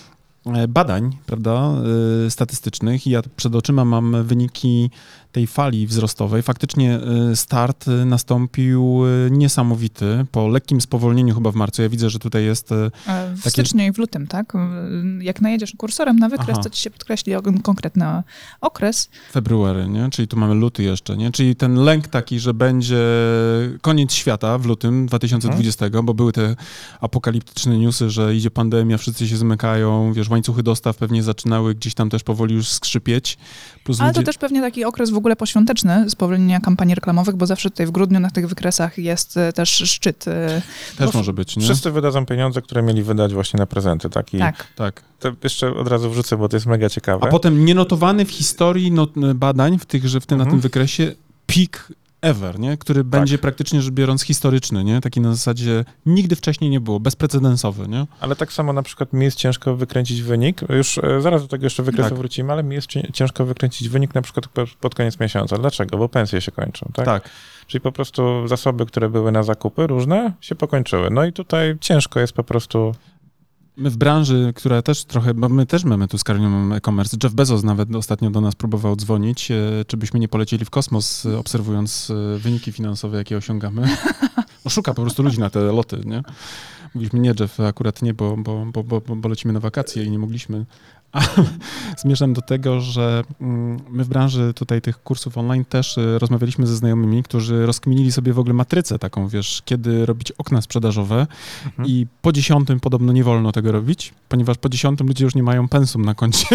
badań, prawda, statystycznych i ja przed oczyma mam wyniki tej fali wzrostowej. Faktycznie start nastąpił niesamowity, po lekkim spowolnieniu chyba w marcu. Ja widzę, że tutaj jest W styczniu i w lutym, tak? Jak najedziesz kursorem na wykres, to ci się podkreśli konkretny okres. February, nie? Czyli tu mamy luty jeszcze, nie? Czyli ten lęk taki, że będzie koniec świata w lutym 2020, bo były te apokaliptyczne newsy, że idzie pandemia, wszyscy się zmykają, łańcuchy dostaw pewnie zaczynały gdzieś tam też powoli już skrzypieć. Plus ale to też pewnie taki okres w ogóle poświąteczny spowolnienia kampanii reklamowych, bo zawsze tutaj w grudniu na tych wykresach jest też szczyt. Też może być, nie? Wszyscy wydadzą pieniądze, które mieli wydać właśnie na prezenty. Tak. Tak. To jeszcze od razu wrzucę, bo to jest mega ciekawe. A potem nienotowany w historii badań na tym wykresie peak ever, nie? Który będzie praktycznie rzecz biorąc historyczny, nie? Taki na zasadzie nigdy wcześniej nie było, bezprecedensowy, nie? Ale tak samo na przykład mi jest ciężko wykręcić wynik, już zaraz do tego jeszcze wykresu wrócimy, ale mi jest ciężko wykręcić wynik na przykład pod koniec miesiąca. Dlaczego? Bo pensje się kończą, tak? Tak. Czyli po prostu zasoby, które były na zakupy różne, się pokończyły. No i tutaj ciężko jest po prostu... My w branży, która też trochę, bo my też mamy tu z Karoliną e-commerce, Jeff Bezos nawet ostatnio do nas próbował dzwonić, czy byśmy nie polecieli w kosmos, obserwując wyniki finansowe, jakie osiągamy. Szuka po prostu ludzi na te loty, nie? Mówiliśmy, nie Jeff, akurat nie, bo lecimy na wakacje i nie mogliśmy. A zmierzam do tego, że my w branży tutaj tych kursów online też rozmawialiśmy ze znajomymi, którzy rozkminili sobie w ogóle matrycę taką, kiedy robić okna sprzedażowe i po 10 podobno nie wolno tego robić, ponieważ po 10 ludzie już nie mają pensum na koncie.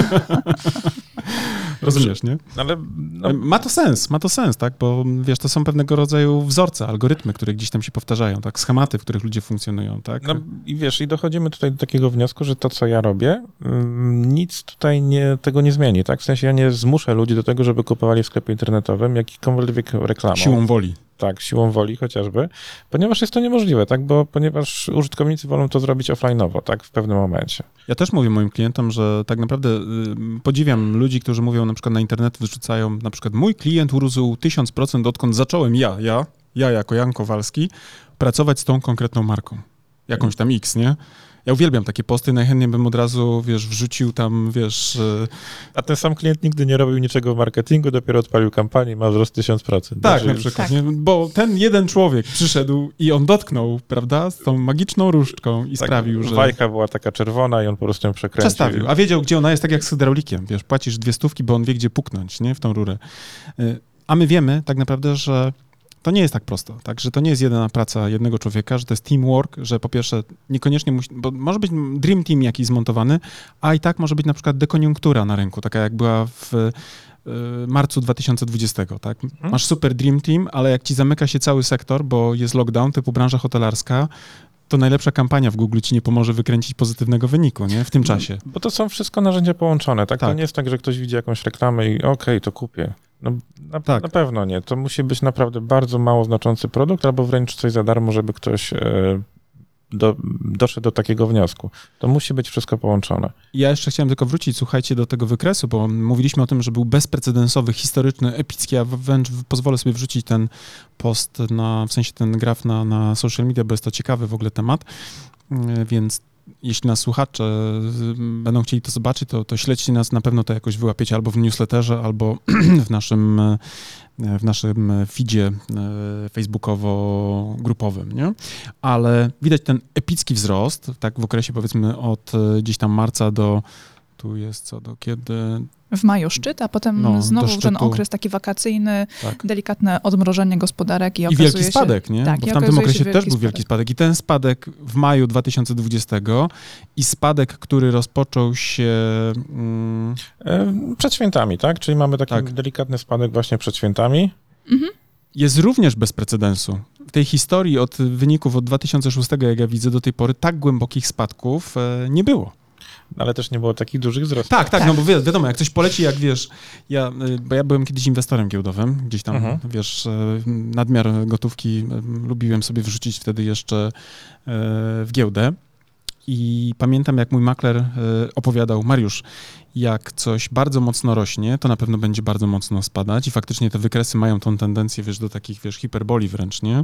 Rozumiesz, nie? Ale ma to sens, tak? Bo to są pewnego rodzaju wzorce, algorytmy, które gdzieś tam się powtarzają, tak? Schematy, w których ludzie funkcjonują, tak? No i i dochodzimy tutaj do takiego wniosku, że to, co ja robię, nic tutaj tego nie zmieni, tak? W sensie ja nie zmuszę ludzi do tego, żeby kupowali w sklepie internetowym jakąkolwiek reklamą. Siłą woli. Tak, siłą woli chociażby, ponieważ jest to niemożliwe, tak? Ponieważ użytkownicy wolą to zrobić offline'owo, tak? W pewnym momencie. Ja też mówię moim klientom, że tak naprawdę podziwiam ludzi, którzy mówią na przykład na internet, wyrzucają na przykład mój klient urósł 1000%, odkąd zacząłem ja jako Jan Kowalski pracować z tą konkretną marką. Jakąś tam X, nie? Ja uwielbiam takie posty, najchętniej bym od razu, wrzucił tam, A ten sam klient nigdy nie robił niczego w marketingu, dopiero odpalił kampanię i ma wzrost 1000%. Tak, na przykład, tak. Nie? Bo ten jeden człowiek przyszedł i on dotknął, prawda, z tą magiczną różdżką i sprawił, że... Wajcha była taka czerwona i on po prostu ją przekręcił. Przestawił, a wiedział, gdzie ona jest, tak jak z hydraulikiem, płacisz 200, bo on wie, gdzie puknąć, nie, w tą rurę. A my wiemy tak naprawdę, że To nie jest tak prosto, tak, że to nie jest jedyna praca jednego człowieka, że to jest teamwork, że po pierwsze niekoniecznie musi, bo może być dream team jakiś zmontowany, a i tak może być na przykład dekoniunktura na rynku, taka jak była w marcu 2020, tak? Masz super dream team, ale jak ci zamyka się cały sektor, bo jest lockdown typu branża hotelarska, to najlepsza kampania w Google ci nie pomoże wykręcić pozytywnego wyniku, nie? W tym czasie. Bo to są wszystko narzędzia połączone, tak? To Tak. nie jest tak, że ktoś widzi jakąś reklamę i okej, to kupię. No, Tak. Na pewno nie. To musi być naprawdę bardzo mało znaczący produkt, albo wręcz coś za darmo, żeby ktoś doszedł do takiego wniosku. To musi być wszystko połączone. Ja jeszcze chciałem tylko wrócić, słuchajcie, do tego wykresu, bo mówiliśmy o tym, że był bezprecedensowy, historyczny, epicki, a wręcz pozwolę sobie wrzucić ten post, w sensie ten graf na social media, bo jest to ciekawy w ogóle temat, więc jeśli nas słuchacze będą chcieli to zobaczyć, to śledźcie nas, na pewno to jakoś wyłapiecie albo w newsletterze, albo w naszym feedzie facebookowo-grupowym, nie? Ale widać ten epicki wzrost, tak w okresie powiedzmy od gdzieś tam marca do, tu jest co, do kiedy... W maju szczyt, a potem znowu do ten szczytu. okres taki wakacyjny, Tak. delikatne odmrożenie gospodarek i I okazuje wielki spadek, nie? Tak, Bo i w tamtym okazuje się okresie też był wielki spadek. I ten spadek w maju 2020 i spadek, który rozpoczął się... Przed świętami, tak? Czyli mamy taki delikatny spadek właśnie przed świętami. Jest również bez precedensu. W tej historii od wyników od 2006, jak ja widzę, do tej pory tak głębokich spadków nie było. Ale też nie było takich dużych wzrostów. Tak, no bo wiadomo, jak coś poleci, jak wiesz, bo ja byłem kiedyś inwestorem giełdowym, gdzieś tam, wiesz, nadmiar gotówki lubiłem sobie wrzucić wtedy jeszcze w giełdę i pamiętam, jak mój makler opowiadał, Mariusz, jak coś bardzo mocno rośnie, to na pewno będzie bardzo mocno spadać i faktycznie te wykresy mają tą tendencję, wiesz, do takich, wiesz, hiperboli wręcz, nie?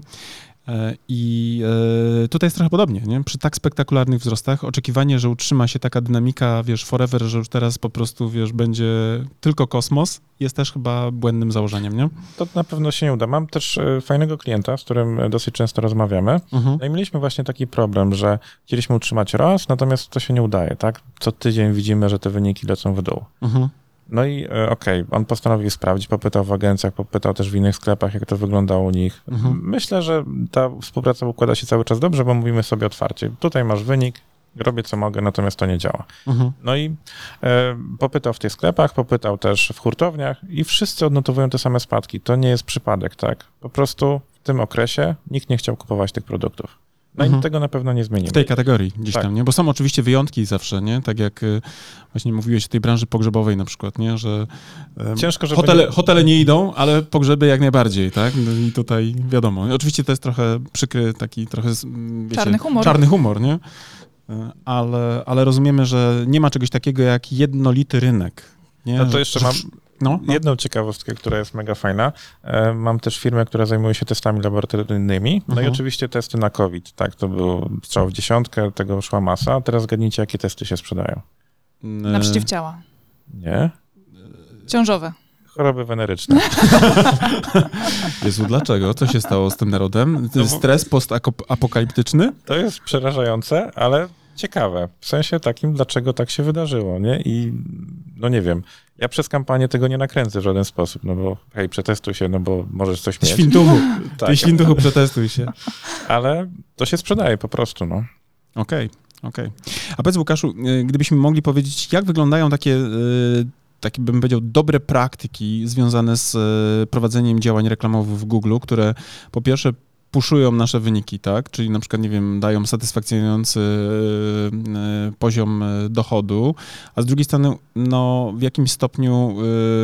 I tutaj jest trochę podobnie, nie? Przy tak spektakularnych wzrostach oczekiwanie, że utrzyma się taka dynamika, wiesz, forever, że już teraz po prostu, wiesz, będzie tylko kosmos, jest też chyba błędnym założeniem, nie? To na pewno się nie uda. Mam też fajnego klienta, z którym dosyć często rozmawiamy. No i mieliśmy właśnie taki problem, że chcieliśmy utrzymać raz, natomiast to się nie udaje, tak? Co tydzień widzimy, że te wyniki lecą w dół. No i on postanowił sprawdzić, popytał w agencjach, popytał też w innych sklepach, jak to wyglądało u nich. Myślę, że ta współpraca układa się cały czas dobrze, bo mówimy sobie otwarcie. Tutaj masz wynik, robię co mogę, natomiast to nie działa. No i popytał w tych sklepach, popytał też w hurtowniach i wszyscy odnotowują te same spadki. To nie jest przypadek, tak? Po prostu w tym okresie nikt nie chciał kupować tych produktów. No i tego na pewno nie zmienimy. W tej kategorii gdzieś Tak. tam, nie? Bo są oczywiście wyjątki zawsze, nie? Tak jak właśnie mówiłeś o tej branży pogrzebowej na przykład, nie? Że ciężko, żeby hotele nie idą, ale pogrzeby jak najbardziej, tak? No i tutaj wiadomo. I oczywiście to jest trochę przykry, taki trochę, wiecie, czarny humor, nie? Ale rozumiemy, że nie ma czegoś takiego jak jednolity rynek. Nie? No to jeszcze mam No. jedną ciekawostkę, która jest mega fajna. Mam też firmę, która zajmuje się testami laboratoryjnymi. No i oczywiście testy na COVID. Tak, to był strzał w dziesiątkę, tego szła masa. A teraz zgadnijcie, jakie testy się sprzedają. Na przeciwciała. Nie? Ciążowe. Choroby weneryczne. Jezu, dlaczego? Co się stało z tym narodem? Stres postapokaliptyczny? To jest przerażające, ale ciekawe. W sensie takim, dlaczego tak się wydarzyło, nie? I no nie wiem. Ja przez kampanię tego nie nakręcę w żaden sposób, no bo hej, przetestuj się, no bo możesz coś mieć. Świntuchu. Tak. Ty świntuchu, przetestuj się. Ale to się sprzedaje po prostu, no. Okej. A powiedz, Łukaszu, gdybyśmy mogli powiedzieć, jak wyglądają takie bym powiedział, dobre praktyki związane z prowadzeniem działań reklamowych w Google, które po pierwsze puszują nasze wyniki, tak? Czyli na przykład, nie wiem, dają satysfakcjonujący poziom dochodu, a z drugiej strony, no, w jakimś stopniu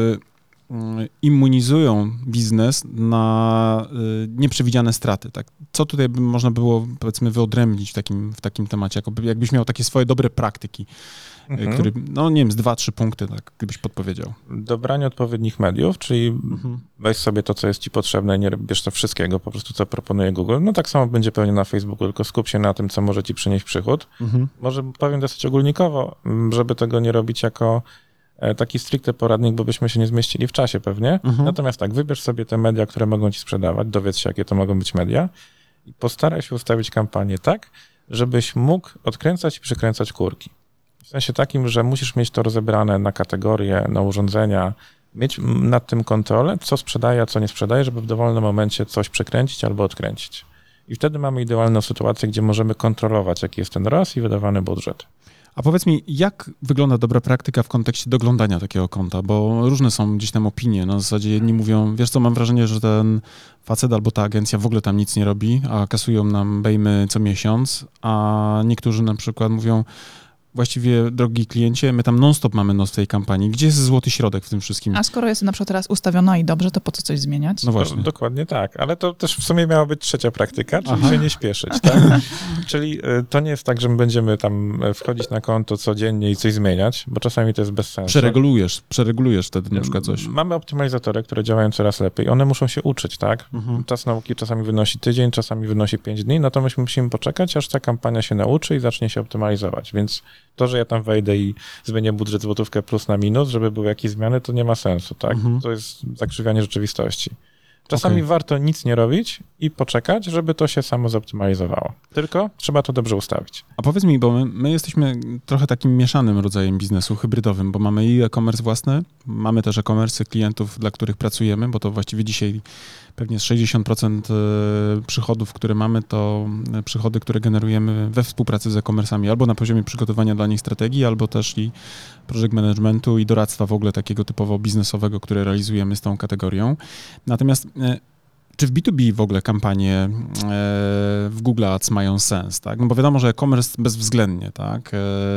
immunizują biznes na nieprzewidziane straty, tak? Co tutaj by można było, powiedzmy, wyodrębnić w takim temacie, jakbyś miał takie swoje dobre praktyki, które, no nie wiem, z 2-3 punkty, tak, gdybyś podpowiedział. Dobranie odpowiednich mediów, czyli weź sobie to, co jest ci potrzebne i nie bierz to wszystkiego, po prostu co proponuje Google. No tak samo będzie pewnie na Facebooku, tylko skup się na tym, co może ci przynieść przychód. Może powiem dosyć ogólnikowo, żeby tego nie robić jako taki stricte poradnik, bo byśmy się nie zmieścili w czasie pewnie. Natomiast tak, wybierz sobie te media, które mogą ci sprzedawać, dowiedz się, jakie to mogą być media i postaraj się ustawić kampanię tak, żebyś mógł odkręcać i przykręcać kurki. W sensie takim, że musisz mieć to rozebrane na kategorie, na urządzenia, mieć nad tym kontrolę, co sprzedaje, a co nie sprzedaje, żeby w dowolnym momencie coś przekręcić albo odkręcić. I wtedy mamy idealną sytuację, gdzie możemy kontrolować, jaki jest ten ROAS i wydawany budżet. A powiedz mi, jak wygląda dobra praktyka w kontekście doglądania takiego konta? Bo różne są gdzieś tam opinie. Na zasadzie jedni mówią, wiesz co, mam wrażenie, że ten facet albo ta agencja w ogóle tam nic nie robi, a kasują nam bejmy co miesiąc, a niektórzy na przykład mówią, właściwie, drogi kliencie, my tam non-stop mamy nos w tej kampanii. Gdzie jest złoty środek w tym wszystkim? A skoro jest na przykład teraz ustawiona i dobrze, to po co coś zmieniać? No właśnie. Dokładnie tak, ale to też w sumie miała być trzecia praktyka, czyli się nie śpieszyć, tak? Czyli to nie jest tak, że my będziemy tam wchodzić na konto codziennie i coś zmieniać, bo czasami to jest bez sensu. Przeregulujesz wtedy na przykład coś. Mamy optymalizatory, które działają coraz lepiej. One muszą się uczyć, tak? Czas nauki czasami wynosi tydzień, czasami wynosi 5 dni, natomiast my musimy poczekać, aż ta kampania się nauczy i zacznie się optymalizować, więc to, że ja tam wejdę i zmienię budżet złotówkę plus na minus, żeby były jakieś zmiany, to nie ma sensu, tak? To jest zakrzywianie rzeczywistości. Czasami warto nic nie robić i poczekać, żeby to się samo zoptymalizowało. Tylko trzeba to dobrze ustawić. A powiedz mi, bo my jesteśmy trochę takim mieszanym rodzajem biznesu, hybrydowym, bo mamy i e-commerce własny, mamy też e-commerce klientów, dla których pracujemy, bo to właściwie dzisiaj pewnie 60% przychodów, które mamy, to przychody, które generujemy we współpracy z e-commerce'ami, albo na poziomie przygotowania dla nich strategii, albo też i project managementu i doradztwa w ogóle takiego typowo biznesowego, które realizujemy z tą kategorią. Natomiast czy w B2B w ogóle kampanie w Google Ads mają sens, tak? No bo wiadomo, że e-commerce bezwzględnie, tak?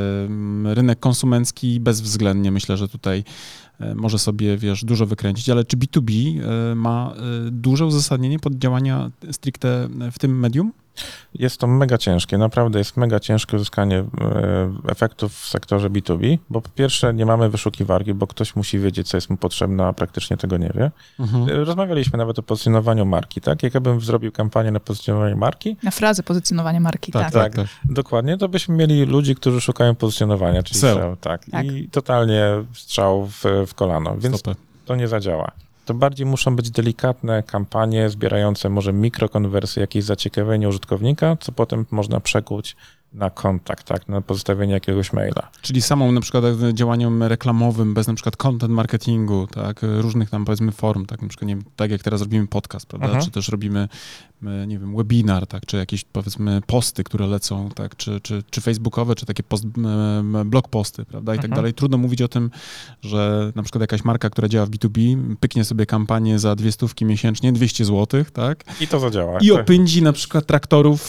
Rynek konsumencki bezwzględnie, myślę, że tutaj może sobie, wiesz, dużo wykręcić, ale czy B2B ma duże uzasadnienie pod działania stricte w tym medium? Jest to mega ciężkie, naprawdę jest mega ciężkie uzyskanie efektów w sektorze B2B, bo po pierwsze nie mamy wyszukiwarki, bo ktoś musi wiedzieć, co jest mu potrzebne, a praktycznie tego nie wie. Rozmawialiśmy nawet o pozycjonowaniu marki, tak? Jak ja bym zrobił kampanię na pozycjonowanie marki. Na frazę pozycjonowanie marki, tak. Dokładnie, to byśmy mieli ludzi, którzy szukają pozycjonowania, czyli SEO, tak. I totalnie strzał w kolano, więc to nie zadziała. To bardziej muszą być delikatne kampanie zbierające może mikrokonwersje, jakieś zaciekawienie użytkownika, co potem można przekuć na kontakt, tak, na pozostawienie jakiegoś maila. Czyli samą na przykład działaniem reklamowym, bez na przykład content marketingu, tak, różnych tam powiedzmy form, tak, na przykład nie wiem, tak jak teraz robimy podcast, prawda, czy też robimy, nie wiem, webinar, tak, czy jakieś powiedzmy posty, które lecą, tak, czy facebookowe, czy takie blog posty, prawda, i tak dalej. Trudno mówić o tym, że na przykład jakaś marka, która działa w B2B, pyknie sobie kampanię za 200 miesięcznie, 200 zł, tak. I to zadziała. I opędzi na przykład traktorów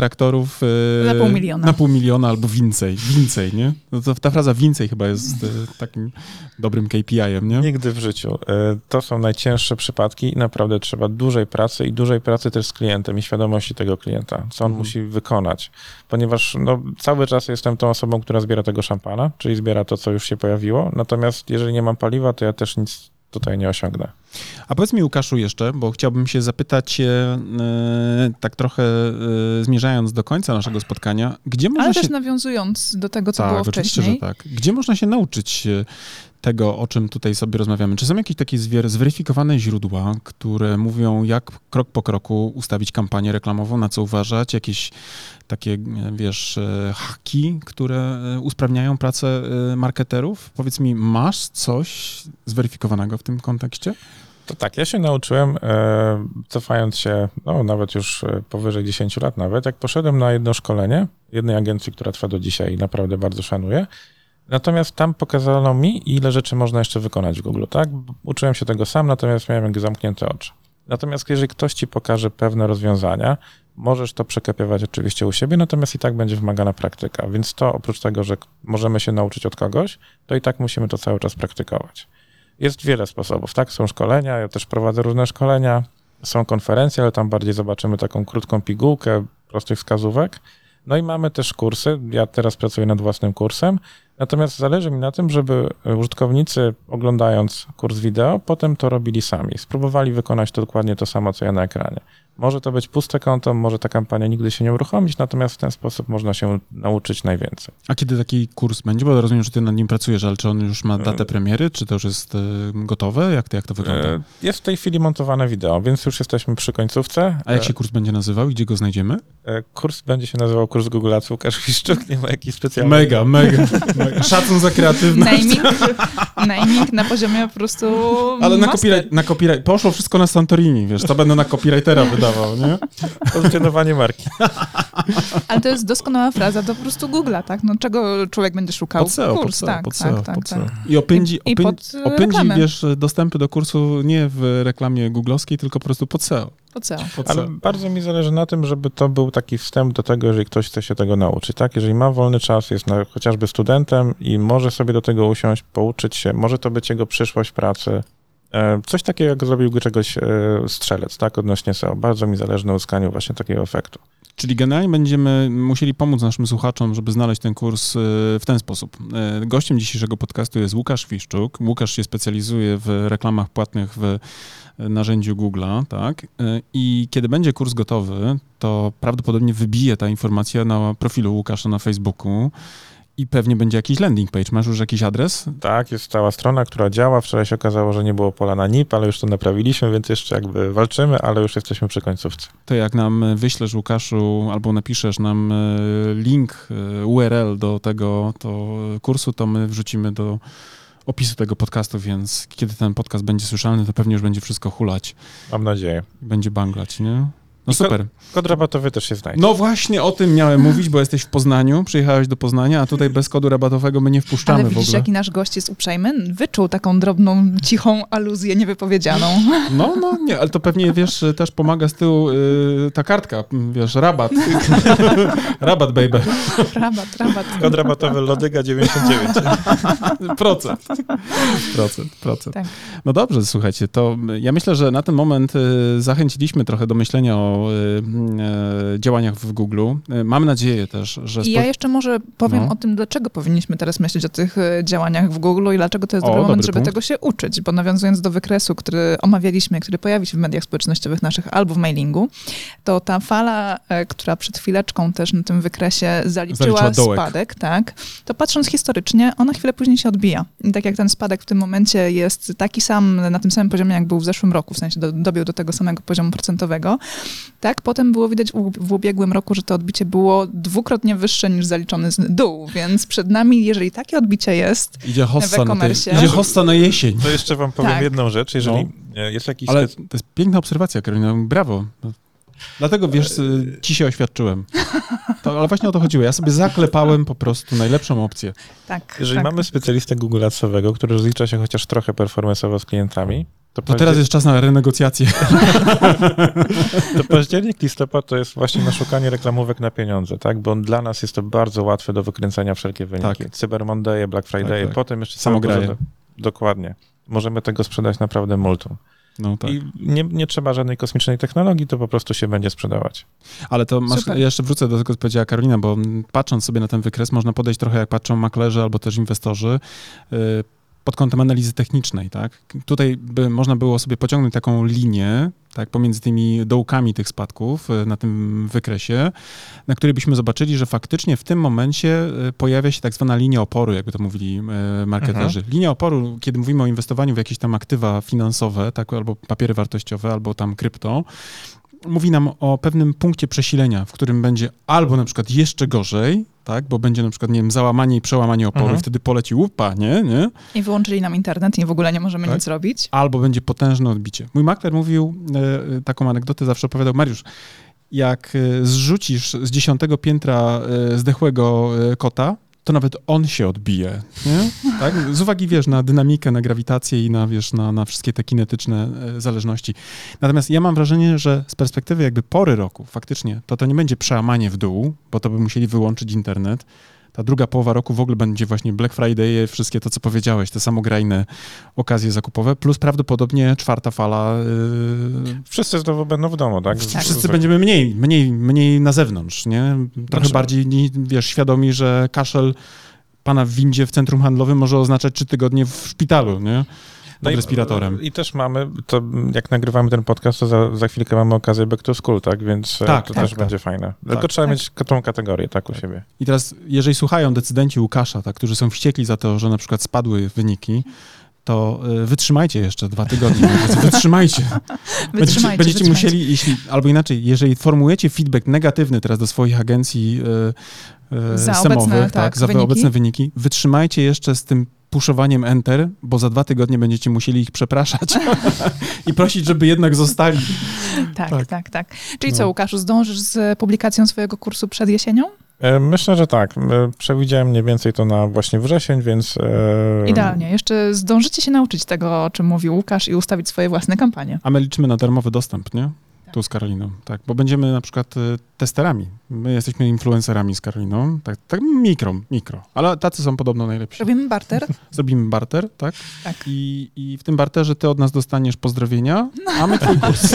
na $500,000. Na $500,000 albo więcej, nie? No to ta fraza więcej chyba jest takim dobrym KPI-em, nie? Nigdy w życiu. To są najcięższe przypadki i naprawdę trzeba dużej pracy i dużej pracy też z klientem i świadomości tego klienta, co on musi wykonać. Ponieważ cały czas jestem tą osobą, która zbiera tego szampana, czyli zbiera to, co już się pojawiło. Natomiast jeżeli nie mam paliwa, to ja też nic tutaj nie osiągnę. A powiedz mi, Łukaszu, jeszcze, bo chciałbym się zapytać, tak trochę zmierzając do końca naszego spotkania, gdzie można też nawiązując do tego, co było oczywiście, wcześniej. Że tak. Gdzie można się nauczyć tego, o czym tutaj sobie rozmawiamy? Czy są jakieś takie zweryfikowane źródła, które mówią, jak krok po kroku ustawić kampanię reklamową, na co uważać, jakieś takie, wiesz, haki, które usprawniają pracę marketerów? Powiedz mi, masz coś zweryfikowanego w tym kontekście? To tak, ja się nauczyłem, cofając się, nawet już powyżej 10 lat nawet, jak poszedłem na jedno szkolenie jednej agencji, która trwa do dzisiaj i naprawdę bardzo szanuję. Natomiast tam pokazano mi, ile rzeczy można jeszcze wykonać w Google, tak? Uczyłem się tego sam, natomiast miałem jakby zamknięte oczy. Natomiast jeżeli ktoś ci pokaże pewne rozwiązania, możesz to przekopiować oczywiście u siebie, natomiast i tak będzie wymagana praktyka. Więc to oprócz tego, że możemy się nauczyć od kogoś, to i tak musimy to cały czas praktykować. Jest wiele sposobów, tak? Są szkolenia, ja też prowadzę różne szkolenia, są konferencje, ale tam bardziej zobaczymy taką krótką pigułkę prostych wskazówek. No i mamy też kursy, ja teraz pracuję nad własnym kursem, natomiast zależy mi na tym, żeby użytkownicy oglądając kurs wideo, potem to robili sami. Spróbowali wykonać to dokładnie to samo, co ja na ekranie. Może to być puste konto, może ta kampania nigdy się nie uruchomić, natomiast w ten sposób można się nauczyć najwięcej. A kiedy taki kurs będzie? Bo rozumiem, że ty nad nim pracujesz, ale czy on już ma datę premiery? Czy to już jest gotowe? Jak to wygląda? Jest w tej chwili montowane wideo, więc już jesteśmy przy końcówce. A jak się kurs będzie nazywał i gdzie go znajdziemy? Kurs będzie się nazywał Kurs Google Ads Łukasz Wiszczuk, nie ma jakiś specjalny. Mega. Szacun za kreatywność. Naming. Naming na poziomie po prostu Ale master. na copyright. Poszło wszystko na Santorini, wiesz, to będę na copywritera wydawał, nie? Pozycjonowanie marki. Ale to jest doskonała fraza do po prostu Google'a, tak? No czego człowiek będzie szukał? Pod SEO, Kurs, tak. I opędzi, reklamę. wiesz, dostępy do kursu nie w reklamie googlowskiej, tylko po prostu pod SEO. Pod SEO. Ale bardzo mi zależy na tym, żeby to był taki wstęp do tego, jeżeli ktoś chce się tego nauczyć, tak? Jeżeli ma wolny czas, jest chociażby studentem i może sobie do tego usiąść, pouczyć się, może to być jego przyszłość pracy. Coś takiego, jak zrobił czegoś strzelec, tak? Odnośnie SEO. Bardzo mi zależy na uzyskaniu właśnie takiego efektu. Czyli generalnie będziemy musieli pomóc naszym słuchaczom, żeby znaleźć ten kurs w ten sposób. Gościem dzisiejszego podcastu jest Łukasz Wiszczuk. Łukasz się specjalizuje w reklamach płatnych w narzędziu Google'a, tak? I kiedy będzie kurs gotowy, to prawdopodobnie wybije ta informacja na profilu Łukasza na Facebooku i pewnie będzie jakiś landing page. Masz już jakiś adres? Tak, jest cała strona, która działa. Wczoraj się okazało, że nie było pola na NIP, ale już to naprawiliśmy, więc jeszcze jakby walczymy, ale już jesteśmy przy końcówce. To jak nam wyślesz, Łukaszu, albo napiszesz nam link, URL do tego kursu, to my wrzucimy do opisu tego podcastu, więc kiedy ten podcast będzie słyszalny, to pewnie już będzie wszystko hulać. Mam nadzieję. Będzie banglać, nie? No super. Kod rabatowy też się znajdzie. No właśnie o tym miałem mówić, bo jesteś w Poznaniu, przyjechałeś do Poznania, a tutaj bez kodu rabatowego my nie wpuszczamy Ale w widzisz, ogóle. jaki nasz gość jest uprzejmy? Wyczuł taką drobną, cichą aluzję niewypowiedzianą. No, nie, ale to pewnie, wiesz, też pomaga z tyłu ta kartka, wiesz, rabat. Rabat, baby. Rabat. Kod rabatowy Lodyga 99. Procent. Tak. No dobrze, słuchajcie, to ja myślę, że na ten moment zachęciliśmy trochę do myślenia o działaniach w Google. Mam nadzieję też, że... I ja jeszcze może powiem o tym, dlaczego powinniśmy teraz myśleć o tych działaniach w Google i dlaczego to jest dobry moment, żeby tego się uczyć, bo nawiązując do wykresu, który omawialiśmy, który pojawi się w mediach społecznościowych naszych albo w mailingu, to ta fala, która przed chwileczką też na tym wykresie zaliczyła spadek, tak, to patrząc historycznie, ona chwilę później się odbija. I tak jak ten spadek w tym momencie jest taki sam, na tym samym poziomie, jak był w zeszłym roku, w sensie dobił do tego samego poziomu procentowego, tak, potem było widać w ubiegłym roku, że to odbicie było dwukrotnie wyższe niż zaliczony dół, więc przed nami, jeżeli takie odbicie jest idzie w hossa na jesień. To jeszcze wam powiem jedną rzecz, jeżeli jest jakiś... Ale to jest piękna obserwacja, Karolina, brawo. Dlatego, wiesz, ci się oświadczyłem. Ale właśnie o to chodziło. Ja sobie zaklepałem po prostu najlepszą opcję. Tak. Jeżeli mamy specjalistę Google Adsowego, który rozlicza się chociaż trochę performance'owo z klientami, to teraz jest czas na renegocjacje. To październik, listopad to jest właśnie na szukanie reklamówek na pieniądze, tak? Bo dla nas jest to bardzo łatwe do wykręcania wszelkie wyniki. Tak. Cyber Monday, Black Friday, tak. Potem jeszcze samograje. Dokładnie. Możemy tego sprzedać naprawdę multum. No tak. I nie trzeba żadnej kosmicznej technologii, to po prostu się będzie sprzedawać. Ale to masz, ja jeszcze wrócę do tego, co powiedziała Karolina, bo patrząc sobie na ten wykres, można podejść trochę jak patrzą maklerzy albo też inwestorzy pod kątem analizy technicznej, tak? Tutaj można było sobie pociągnąć taką linię, tak, pomiędzy tymi dołkami tych spadków na tym wykresie, na której byśmy zobaczyli, że faktycznie w tym momencie pojawia się tak zwana linia oporu, jakby to mówili marketerzy. Linia oporu, kiedy mówimy o inwestowaniu w jakieś tam aktywa finansowe, tak, albo papiery wartościowe, albo tam krypto, mówi nam o pewnym punkcie przesilenia, w którym będzie albo na przykład jeszcze gorzej, tak, bo będzie na przykład, nie wiem, załamanie i przełamanie oporu i wtedy poleci łupa, nie? I wyłączyli nam internet i w ogóle nie możemy nic robić. Albo będzie potężne odbicie. Mój makler mówił, taką anegdotę zawsze opowiadał, Mariusz, jak zrzucisz z 10. piętra zdechłego kota, to nawet on się odbije, nie? Tak? Z uwagi, wiesz, na dynamikę, na grawitację i na wszystkie te kinetyczne zależności. Natomiast ja mam wrażenie, że z perspektywy jakby pory roku, faktycznie, to nie będzie przełamanie w dół, bo to by musieli wyłączyć internet. Ta druga połowa roku w ogóle będzie właśnie Black Friday, wszystkie to, co powiedziałeś, te samograjne okazje zakupowe, plus prawdopodobnie czwarta fala. Wszyscy znowu będą w domu, tak? Wszyscy będziemy mniej na zewnątrz, nie? Trochę bardziej, wiesz, świadomi, że kaszel pana w windzie w centrum handlowym może oznaczać 3 tygodnie w szpitalu, nie? Pod respiratorem. I też mamy, to jak nagrywamy ten podcast, to za chwilkę mamy okazję back to school, tak? Więc to też będzie fajne. Tylko trzeba mieć tą kategorię, tak, u siebie. I teraz, jeżeli słuchają decydenci Łukasza, tak, którzy są wściekli za to, że na przykład spadły wyniki, to wytrzymajcie jeszcze 2 tygodnie. Wytrzymajcie. Będziecie musieli, albo inaczej, jeżeli formułujecie feedback negatywny teraz do swoich agencji za SEM-owych, obecne, za obecne wyniki, wytrzymajcie jeszcze z tym puszowaniem enter, bo za 2 tygodnie będziecie musieli ich przepraszać i prosić, żeby jednak zostali. Tak. Czyli co, Łukaszu, zdążysz z publikacją swojego kursu przed jesienią? Myślę, że tak. Przewidziałem mniej więcej to na właśnie wrzesień, więc... Idealnie. Jeszcze zdążycie się nauczyć tego, o czym mówił Łukasz i ustawić swoje własne kampanie. A my liczymy na darmowy dostęp, nie? Tu z Karoliną, tak, bo będziemy na przykład testerami. My jesteśmy influencerami z Karoliną, tak mikro, ale tacy są podobno najlepsi. Robimy barter? Zrobimy barter, tak? Tak. I w tym barterze ty od nas dostaniesz pozdrowienia, a my twój kurs.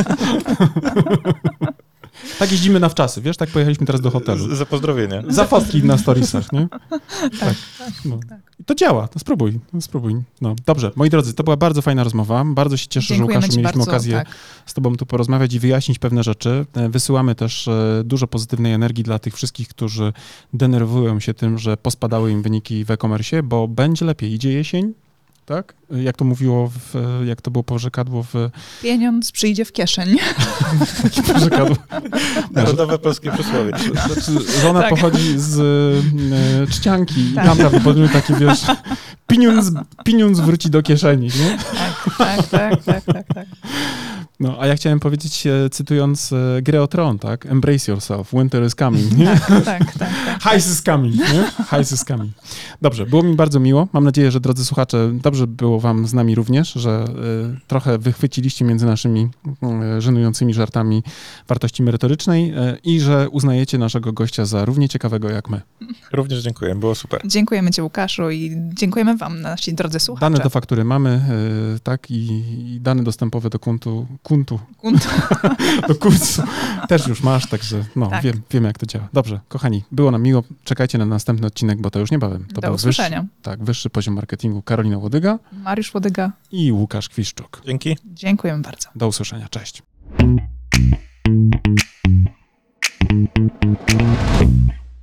Tak jeździmy na wczasy, wiesz, tak pojechaliśmy teraz do hotelu. Za pozdrowienie. Za fotki na storiesach, nie? Tak. No. I to działa, to spróbuj. No, dobrze, moi drodzy, to była bardzo fajna rozmowa. Bardzo się cieszę, Dziękujemy że Łukaszu mieliśmy okazję z tobą tu porozmawiać i wyjaśnić pewne rzeczy. Wysyłamy też dużo pozytywnej energii dla tych wszystkich, którzy denerwują się tym, że pospadały im wyniki w e-commerce, bo będzie lepiej. Idzie jesień, tak? Jak to mówiło, jak to było porzekadło w... Pieniądz przyjdzie w kieszeń. Takie porzekadło. Narodowe polskie przysłowie. Żona Tak. pochodzi z Czcianki i tam prawdopodobnie taki, wiesz, pieniądz wróci do kieszeni, nie? Tak. No, a ja chciałem powiedzieć, cytując grę o Tron, tak? Embrace yourself, winter is coming, nie? Tak. Hajs is coming, nie? Hajs is coming. Dobrze, było mi bardzo miło. Mam nadzieję, że drodzy słuchacze, dobrze było wam z nami również, że trochę wychwyciliście między naszymi żenującymi żartami wartości merytorycznej i że uznajecie naszego gościa za równie ciekawego jak my. Również dziękuję, było super. Dziękujemy ci, Łukaszu, i dziękujemy wam, nasi drodzy słuchacze. Dane do faktury mamy, tak, i dane dostępowe do kuntu. Do kursu też już masz, także no, Tak. Wiemy, jak to działa. Dobrze, kochani, było nam miło. Czekajcie na następny odcinek, bo to już niebawem. To Do był usłyszenia. wyższy poziom marketingu. Karolina Łodyga Mariusz Łodyga. i Łukasz Kwiszczuk. Dzięki. Dziękujemy bardzo. Do usłyszenia. Cześć.